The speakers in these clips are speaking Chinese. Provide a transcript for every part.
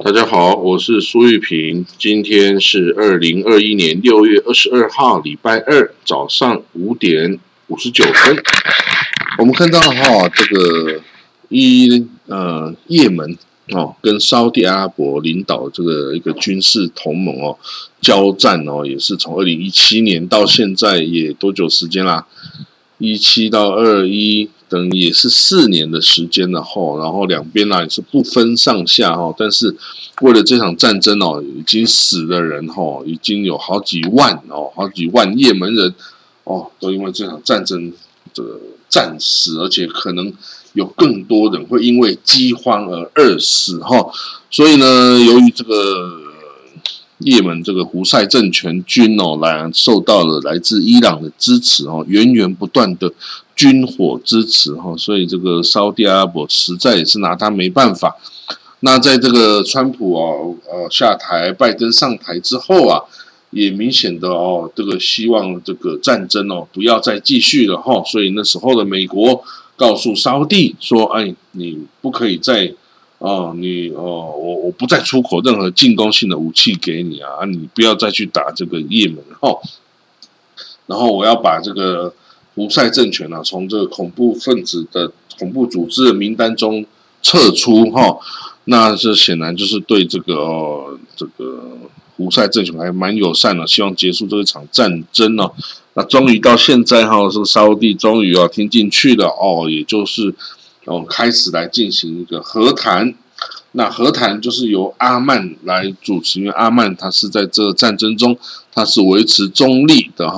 大家好，我是苏玉平，今天是2021年6月22号，礼拜二早上5点59分。我们看到这个也门跟沙特阿拉伯领导这个一个军事同盟交战也是从2017年到现在也多久时间啦？17到21。等也是4年的时间了然后两边也是不分上下但是为了这场战争已经死的人已经有好几万也门人都因为这场战争这个战死，而且可能有更多人会因为饥荒而饿死所以呢，由于这个也门这个胡塞政权军受到了来自伊朗的支持源源不断的军火支持所以这个沙特阿拉伯实在也是拿他没办法。那在这个川普下台，拜登上台之后也明显的这个希望这个战争不要再继续了所以那时候的美国告诉沙特说，你不可以再我不再出口任何进攻性的武器给你你不要再去打这个也门然后我要把这个胡塞政权从这个恐怖分子的恐怖组织的名单中撤出那这显然就是对这个胡塞政权还蛮友善的，希望结束这一场战争那终于到现在这个沙特终于听进去了也就是开始来进行一个和谈。那和谈就是由阿曼来主持，因为阿曼他是在这个战争中他是维持中立的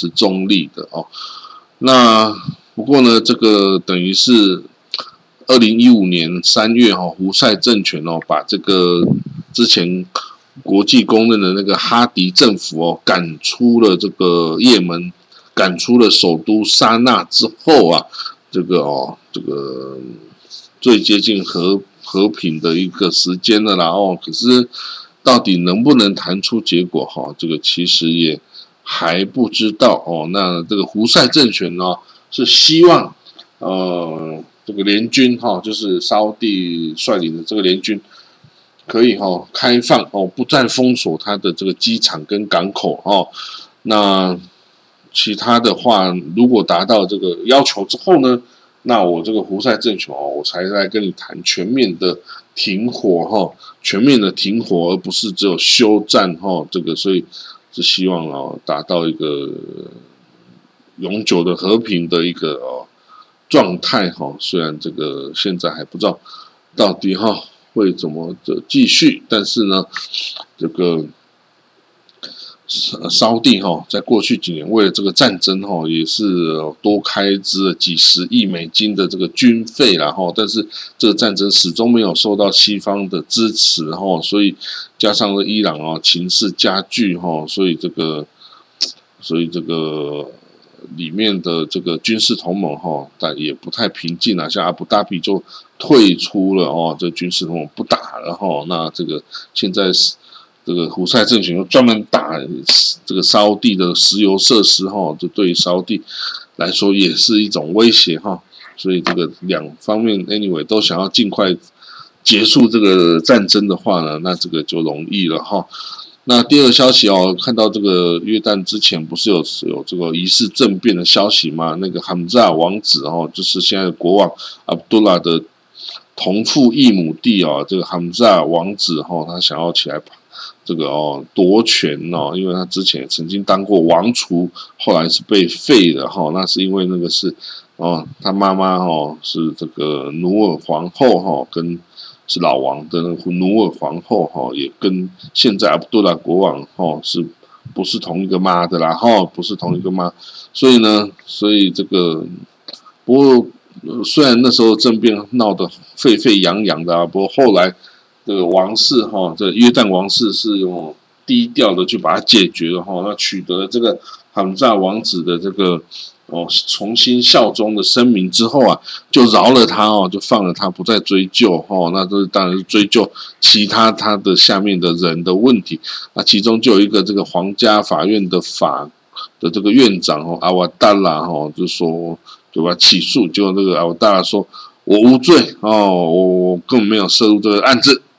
那不过呢，这个等于是2015年3月胡塞政权把这个之前国际公认的那个哈迪政府赶出了这个也门，赶出了首都沙那之后这个最接近和平的一个时间了啦可是到底能不能谈出结果这个其实也还不知道那这个胡塞政权是希望这个联军就是沙特率领的这个联军可以开放不再封锁它的这个机场跟港口那其他的话如果达到这个要求之后呢，那我这个胡塞政权我才来跟你谈全面的停火全面的停火，而不是只有休战这个所以是希望达到一个永久的和平的一个状态虽然这个现在还不知道到底会怎么继续，但是呢这个沙特在过去几年为了这个战争也是多开支了几十亿美金的这个军费啦但是这个战争始终没有受到西方的支持所以加上了伊朗情势加剧所以这个里面的这个军事同盟但也不太平静像阿布达比就退出了这军事同盟不打了那这个现在是这个胡塞政权又专门打这个沙特的石油设施这对于沙特来说也是一种威胁所以这个两方面 anyway 都想要尽快结束这个战争的话呢，那这个就容易了那第二个消息看到这个约旦之前不是有这个疑似政变的消息吗？那个hamza王子就是现在的国王阿卜杜拉的同父异母弟这个hamza王子他想要起来这个夺权因为他之前也曾经当过王储，后来是被废的那是因为那个是他妈妈是这个努尔皇后跟是老王的那个努尔皇后也跟现在阿卜杜拉国王是不是同一个妈的啦不是同一个妈，所以这个不过虽然那时候政变闹得沸沸扬扬的不过后来这个王室这约旦王室是用低调的去把它解决了那取得了这个hamza王子的这个重新效忠的声明之后就饶了他就放了他不再追究那这当然是追究其他的下面的人的问题那其中就有一个这个皇家法院的这个院长阿瓦达拉就说就把他起诉，结果这个阿瓦达拉说我无罪我根本没有涉入这个案子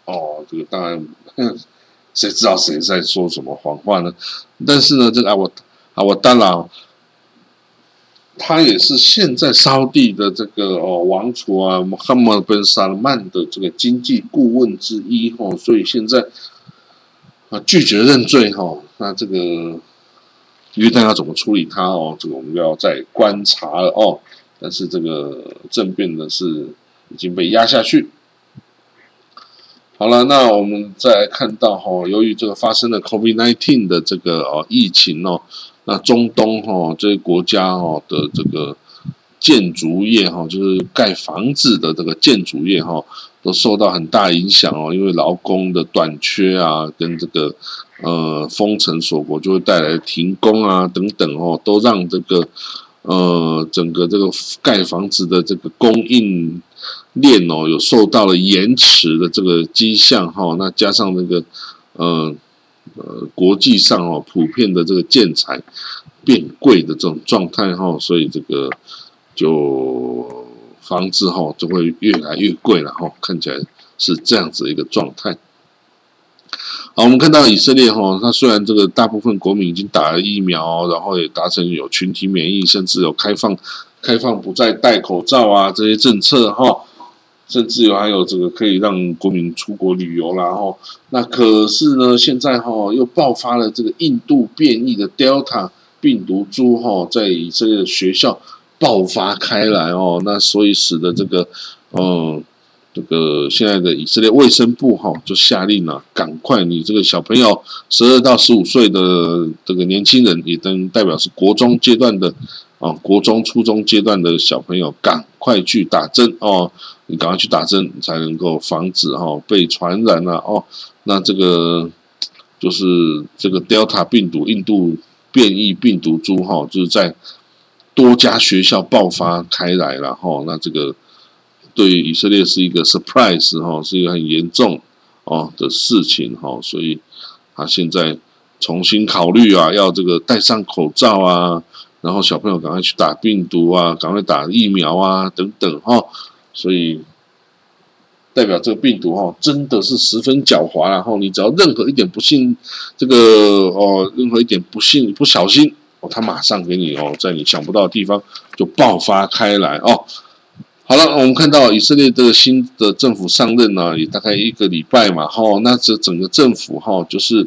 这个当然谁知道谁在说什么谎话呢？但是呢，这个阿瓦达拉他也是现在沙地的这个王储啊，穆罕默德本萨勒曼的这个经济顾问之一所以现在拒绝认罪那这个约旦要怎么处理他这个我们要再观察了但是这个政变呢是已经被压下去。好了，那我们再来看到由于这个发生了 COVID-19 的这个疫情那中东这些国家的这个建筑业就是盖房子的这个建筑业都受到很大影响因为劳工的短缺啊，跟这个封城锁国就会带来停工啊等等都让这个整个这个盖房子的这个供应链有受到了延迟的这个迹象那加上这个国际上普遍的这个建材变贵的这种状态所以这个就房子就会越来越贵了看起来是这样子一个状态。好，我们看到以色列它虽然这个大部分国民已经打了疫苗，然后也达成有群体免疫，甚至有开放不再戴口罩啊这些政策甚至还有这个可以让国民出国旅游啦那可是呢，现在又爆发了这个印度变异的 Delta 病毒株在以色列的学校爆发开来那所以使得这个这个现在的以色列卫生部就下令了，赶快你这个小朋友12到15岁的这个年轻人，也代表是国中阶段的国中、初中阶段的小朋友，赶快去打针你赶快去打针，才能够防止被传染那这个就是这个 Delta 病毒印度变异病毒株就是在多家学校爆发开来了那这个对于以色列是一个 surprise 是一个很严重的事情所以他现在重新考虑要这个戴上口罩啊，然后小朋友赶快去打病毒啊，赶快打疫苗啊等等所以代表这个病毒真的是十分狡猾然后你只要任何一点不幸这个任何一点不小心他马上给你在你想不到的地方就爆发开来好了，我们看到以色列这个新的政府上任也大概1个礼拜嘛那这整个政府就是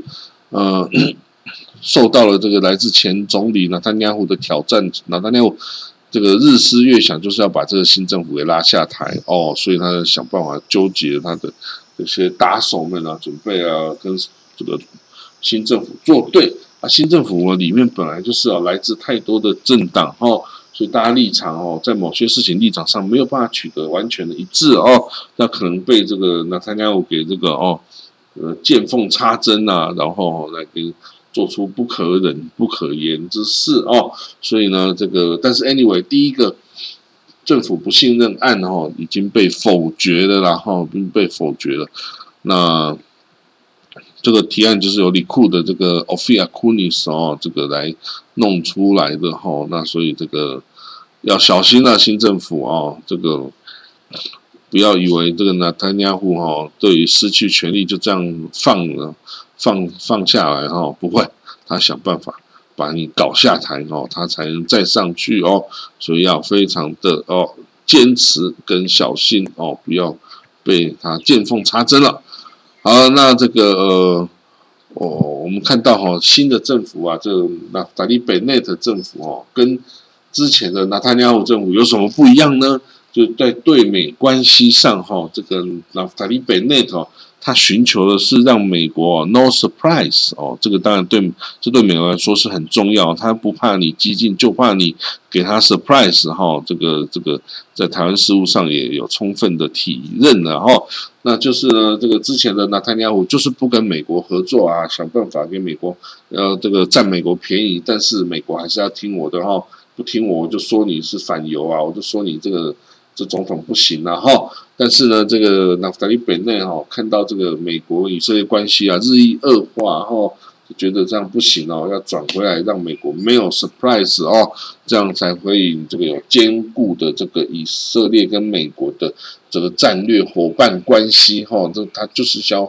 受到了这个来自前总理纳坦雅胡的挑战，纳坦雅胡这个日思夜想，就是要把这个新政府给拉下台所以他想办法纠结他的这些打手们准备跟这个新政府作对新政府里面本来就是来自太多的政党所以大家立场在某些事情立场上没有办法取得完全的一致那可能被这个纳坦雅胡给这个见缝插针然后来给做出不可忍不可言之事所以呢这个但是 anyway 第一个政府不信任案已经被否决了啦已经被否决了。那这个提案就是由里库的这个 Ophir Kunis 这个来弄出来的那所以这个要小心新政府这个不要以为这个纳坦雅胡对于失去权力就这样放下来不会，他想办法把你搞下台他才能再上去所以要非常的坚持跟小心不要被他见缝插针了。好，那这个我们看到新的政府这个纳塔利贝内特政府跟之前的纳坦雅胡政府有什么不一样呢？就在对美关系上这个纳塔利贝内特他寻求的是让美国no surprise 这个当然这对美国来说是很重要，他不怕你激进，就怕你给他 surprise 这个在台湾事务上也有充分的体认了那就是呢这个之前的纳坦雅胡就是不跟美国合作想办法给美国这个占美国便宜，但是美国还是要听我的不听我就说你是反犹我就说你这总统不行但是呢这个纳塔利贝内看到这个美国以色列关系日益恶化就觉得这样不行要转回来让美国没有 surprise 这样才会这个有坚固的这个以色列跟美国的这个战略伙伴关系这他就是要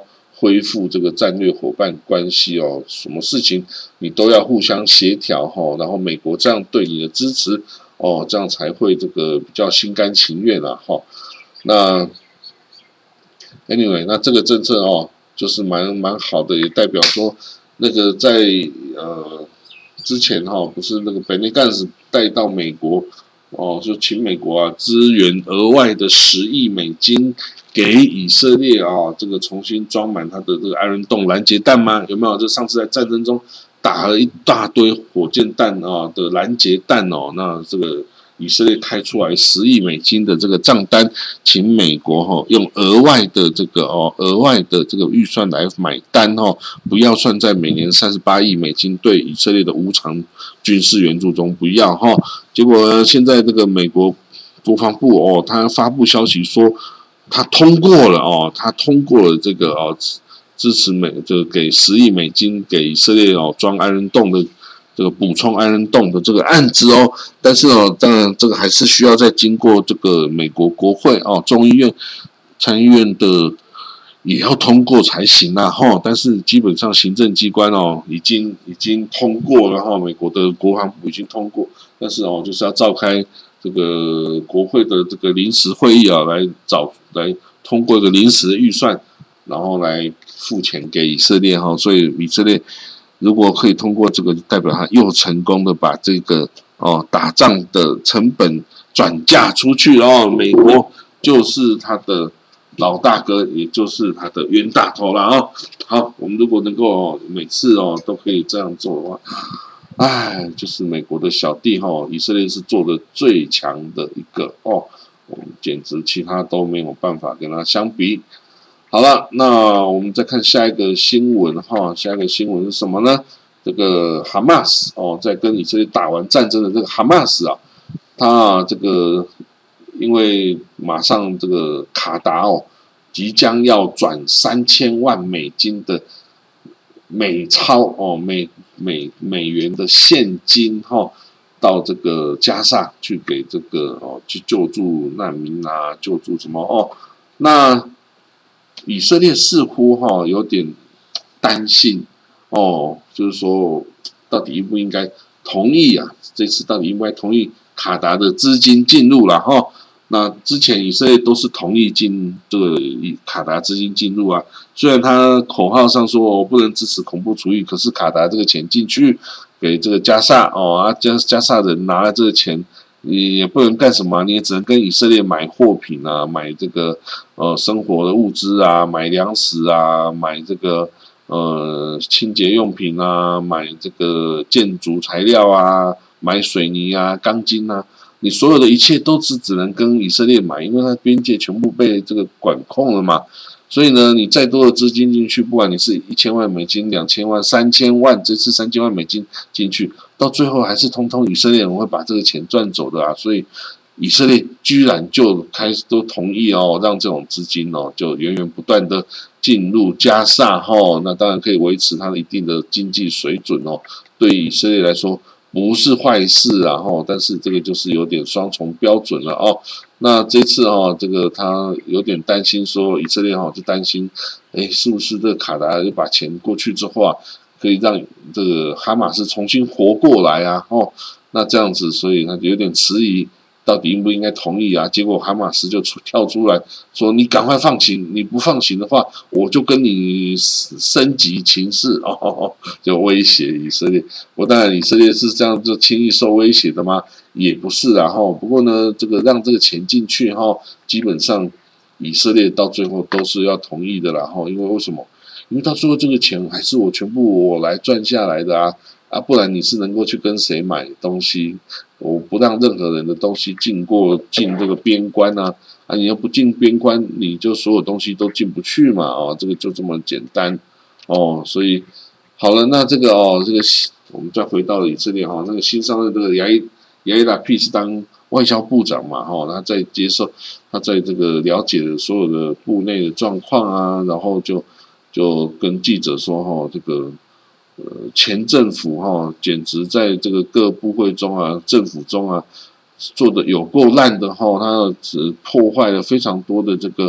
恢复这个战略伙伴关系哦，什么事情你都要互相协调哈，然后美国这样对你的支持哦，这样才会这个比较心甘情愿啦哈。那 anyway， 那这个政策哦，就是蛮好的，也代表说那个在之前哈，不是那个本内干斯带到美国哦，就请美国啊支援额外的$10亿给以色列啊，这个重新装满它的这个艾伦洞拦截弹吗？有没有？就上次在战争中打了一大堆火箭弹啊的拦截弹哦，那这个以色列开出来$10亿的这个账单，请美国用额外的这个预算来买单不要算在每年$38亿对以色列的无偿军事援助中，不要结果现在这个美国国防部他发布消息说，他通过了这个支持这个给$10亿给以色列装艾伦洞的。这个补充艾伦洞的这个案子但是当然这个还是需要再经过这个美国国会众议院、参议院的也要通过才行啦但是基本上行政机关已经通过了美国的国防部已经通过，但是就是要召开这个国会的这个临时会议来通过一个临时的预算，然后来付钱给以色列所以以色列。如果可以通过这个，代表他又成功的把这个打仗的成本转嫁出去美国就是他的老大哥，也就是他的冤大头了好，我们如果能够每次都可以这样做的话，就是美国的小弟以色列是做的最强的一个我们简直其他都没有办法跟他相比。好了，那我们再看下一个新闻下一个新闻是什么呢？这个哈马斯在跟以色列打完战争的这个哈马斯他这个因为马上这个卡达即将要转$3000万的美钞美元的现金到这个加萨去给这个去救助难民啊，救助什么那。以色列似乎有点担心就是说到底应不应该同意这次到底应不应该同意卡达的资金进入了那之前以色列都是同意进这个卡达资金进入虽然他口号上说不能支持恐怖主义，可是卡达这个钱进去给这个加萨加萨人拿了这个钱。你也不能干什么，你也只能跟以色列买货品买这个生活的物资买粮食买这个清洁用品买这个建筑材料买水泥钢筋你所有的一切都只能跟以色列买，因为它边界全部被这个管控了嘛。所以呢，你再多的资金进去，不管你是$1000万、$2000万、$3000万，这次$3000万进去，到最后还是通通以色列人会把这个钱赚走的所以以色列居然就开始都同意让这种资金就源源不断的进入加萨那当然可以维持它的一定的经济水准对以色列来说不是坏事但是这个就是有点双重标准了那这次这个他有点担心说以色列就担心是不是这个卡达就把钱过去之后可以让这个哈马斯重新活过来那这样子，所以他就有点迟疑，到底应不应该同意结果哈马斯就跳出来说：“你赶快放行，你不放行的话，我就跟你升级情势就威胁以色列。当然，以色列是这样就轻易受威胁的吗？也不是不过呢，这个让这个钱进去基本上以色列到最后都是要同意的啦因为为什么？因为到最后这个钱还是全部我来赚下来的不然你是能够去跟谁买东西？我不让任何人的东西进这个边关你要不进边关，你就所有东西都进不去嘛这个就这么简单所以好了，那这个这个我们再回到以色列那个新上任这个亚伊拉皮是当外交部长嘛他在这个了解了所有的部内的状况然后就跟记者说这个前政府简直在这个各部会中政府中做的有够烂的他只破坏了非常多的这个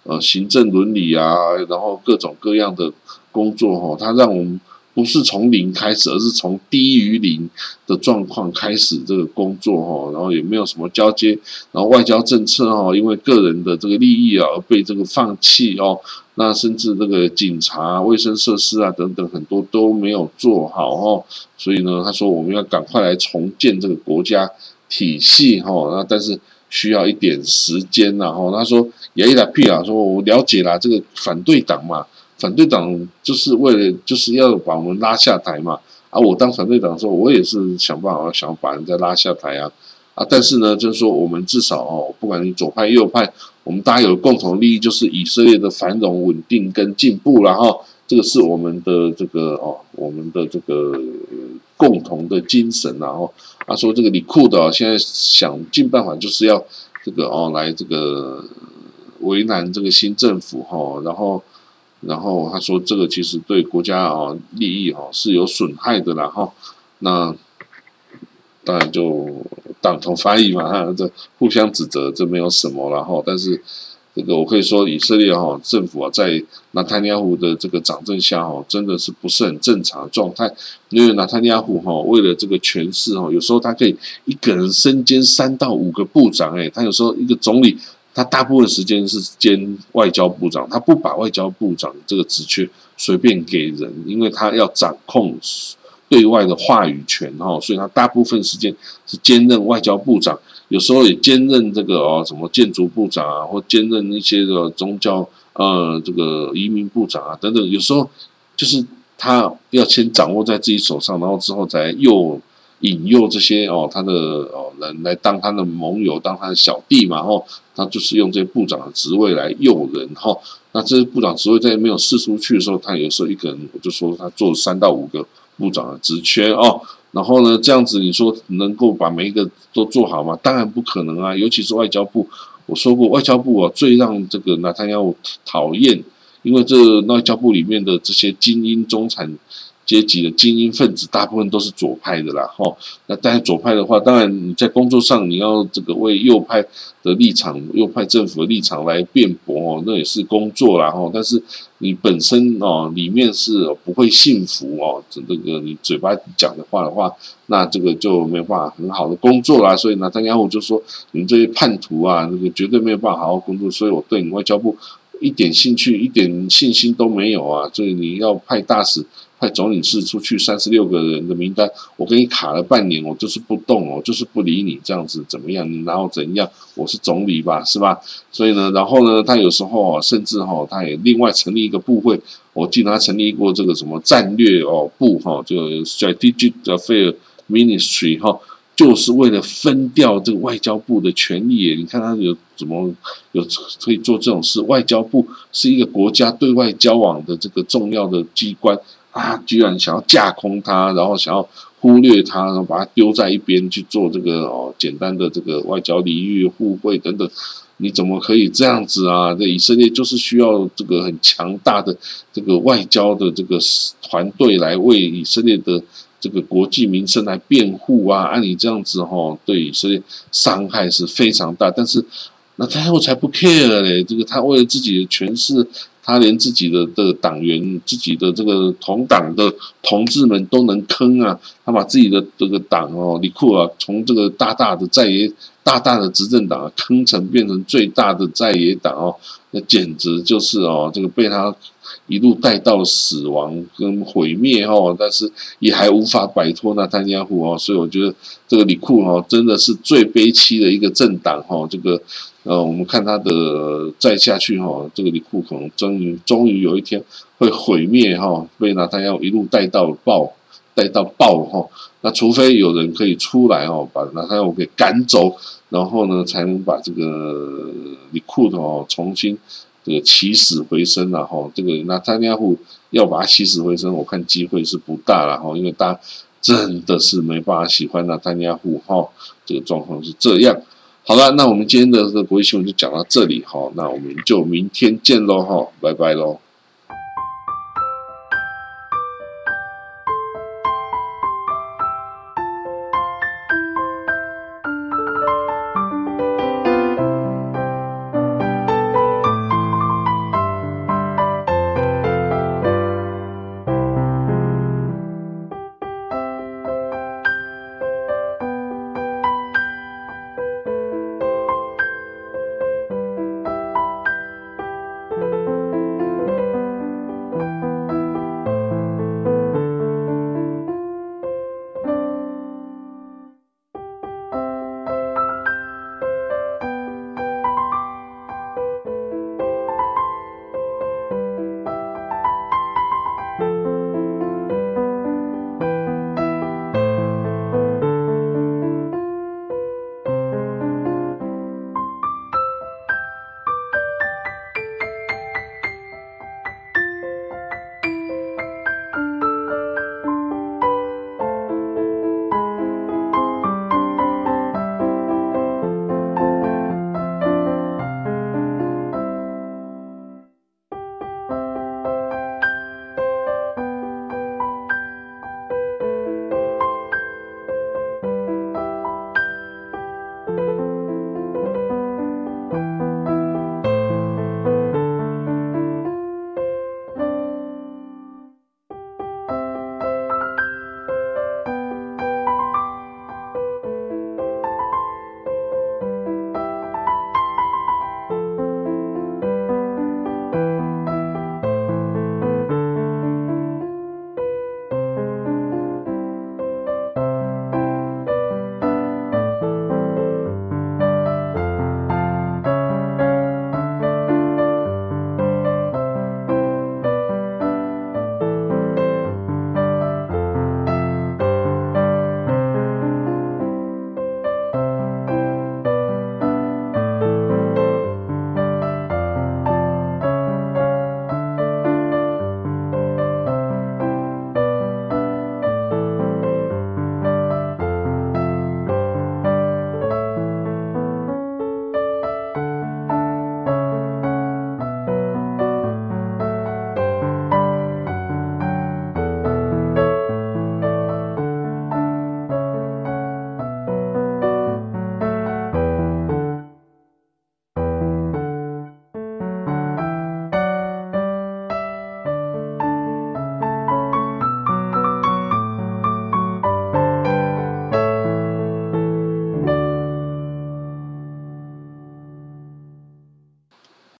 行政伦理啊，然后各种各样的工作哈，它让我们不是从零开始，而是从低于零的状况开始这个工作哈，然后也没有什么交接，然后外交政策哈，因为个人的这个利益啊而被这个放弃哦，那甚至这个警察、卫生设施啊等等很多都没有做好哦，所以呢，他说我们要赶快来重建这个国家体系哈，那但是需要一点时间然后他说也一来屁啊，说我了解啦，这个反对党嘛。反对党就是为了就是要把我们拉下台嘛，啊，我当反对党的时候，我也是想办法想把人家拉下台啊，但是呢，就是说我们至少哦，不管你左派右派，我们大家有共同利益，就是以色列的繁荣稳定跟进步啦哈，这个是我们的这个我们的这个共同的精神然后他说这个李库的现在想尽办法就是要这个来这个为难这个新政府哈，然后他说这个其实对国家利益是有损害的啦哈，那当然就党同伐异嘛，这互相指责这没有什么啦哈，但是这个我可以说以色列政府在纳坦尼亚胡的这个掌政下真的是不是很正常的状态，因为纳坦尼亚胡为了这个权势有时候他可以一个人身兼3到5个部长，他有时候一个总理。他大部分时间是兼外交部长，他不把外交部长这个职缺随便给人，因为他要掌控对外的话语权所以他大部分时间是兼任外交部长，有时候也兼任这个什么建筑部长啊，或兼任一些的宗教这个移民部长啊等等，有时候就是他要先掌握在自己手上，然后之后再引诱这些他的人来当他的盟友，当他的小弟嘛他就是用这些部长的职位来诱人那这些部长职位在没有释出去的时候，他有时候一个人我就说他做3到5个部长的职缺然后呢这样子你说能够把每一个都做好吗？当然不可能啊，尤其是外交部，我说过外交部最让这个纳坦雅胡讨厌，因为这外交部里面的这些精英中产阶级的精英分子大部分都是左派的啦那但是左派的话，当然你在工作上你要这个为右派的立场、右派政府的立场来辩驳那也是工作啦但是你本身里面是不会幸福这个你嘴巴讲的话，那这个就没有办法很好的工作啦。所以纳坦雅胡就说你们这些叛徒啊，那个绝对没有办法好好工作，所以我对你外交部一点兴趣、一点信心都没有啊。所以你要派大使。派总领事出去36个人的名单，我给你卡了半年，我就是不动我就是不理你，这样子怎么样？然后怎样？我是总理吧，是吧？所以呢，然后呢，他有时候甚至他也另外成立一个部会，我记得他成立过这个什么战略部这个 Strategic Affairs Ministry 就是为了分掉这个外交部的权力耶。你看他有可以做这种事？外交部是一个国家对外交往的这个重要的机关。居然想要架空他，然后想要忽略他，然后把他丢在一边去做这个简单的这个外交礼遇互惠等等，你怎么可以这样子啊？这以色列就是需要这个很强大的这个外交的这个团队来为以色列的这个国际民生来辩护啊！按你这样子对以色列伤害是非常大，但是那他后才不 care 嘞，这个他为了自己的权势。他连自己的这个党员、自己的这个同党的同志们都能坑啊！他把自己的这个党李库从这个大大的执政党坑成变成最大的在野党那简直就是这个被他一路带到死亡跟毁灭但是也还无法摆脱纳坦雅胡所以我觉得这个李库真的是最悲戚的一个政党这个。我们看他的再下去这个李库可能终于有一天会毁灭被纳坦雅胡一路带到爆那除非有人可以出来把纳坦雅胡给赶走，然后呢才能把这个李库重新这个起死回生这个纳坦雅胡要把他起死回生，我看机会是不大了因为大家真的是没办法喜欢纳坦雅胡这个状况是这样。好了，那我们今天的这个国际新闻就讲到这里那我们就明天见咯拜拜咯。